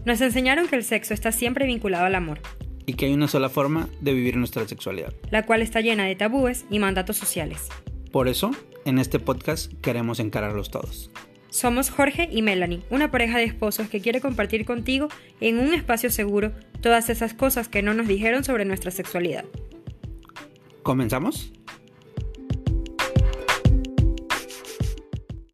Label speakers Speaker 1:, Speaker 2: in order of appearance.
Speaker 1: Nos enseñaron que el sexo está siempre vinculado al amor,
Speaker 2: y que hay una sola forma de vivir nuestra sexualidad,
Speaker 1: la cual está llena de tabúes y mandatos sociales.
Speaker 2: Por eso, en este podcast queremos encararlos todos.
Speaker 1: Somos Jorge y Melanie, una pareja de esposos que quiere compartir contigo en un espacio seguro todas esas cosas que no nos dijeron sobre nuestra sexualidad.
Speaker 2: ¿Comenzamos?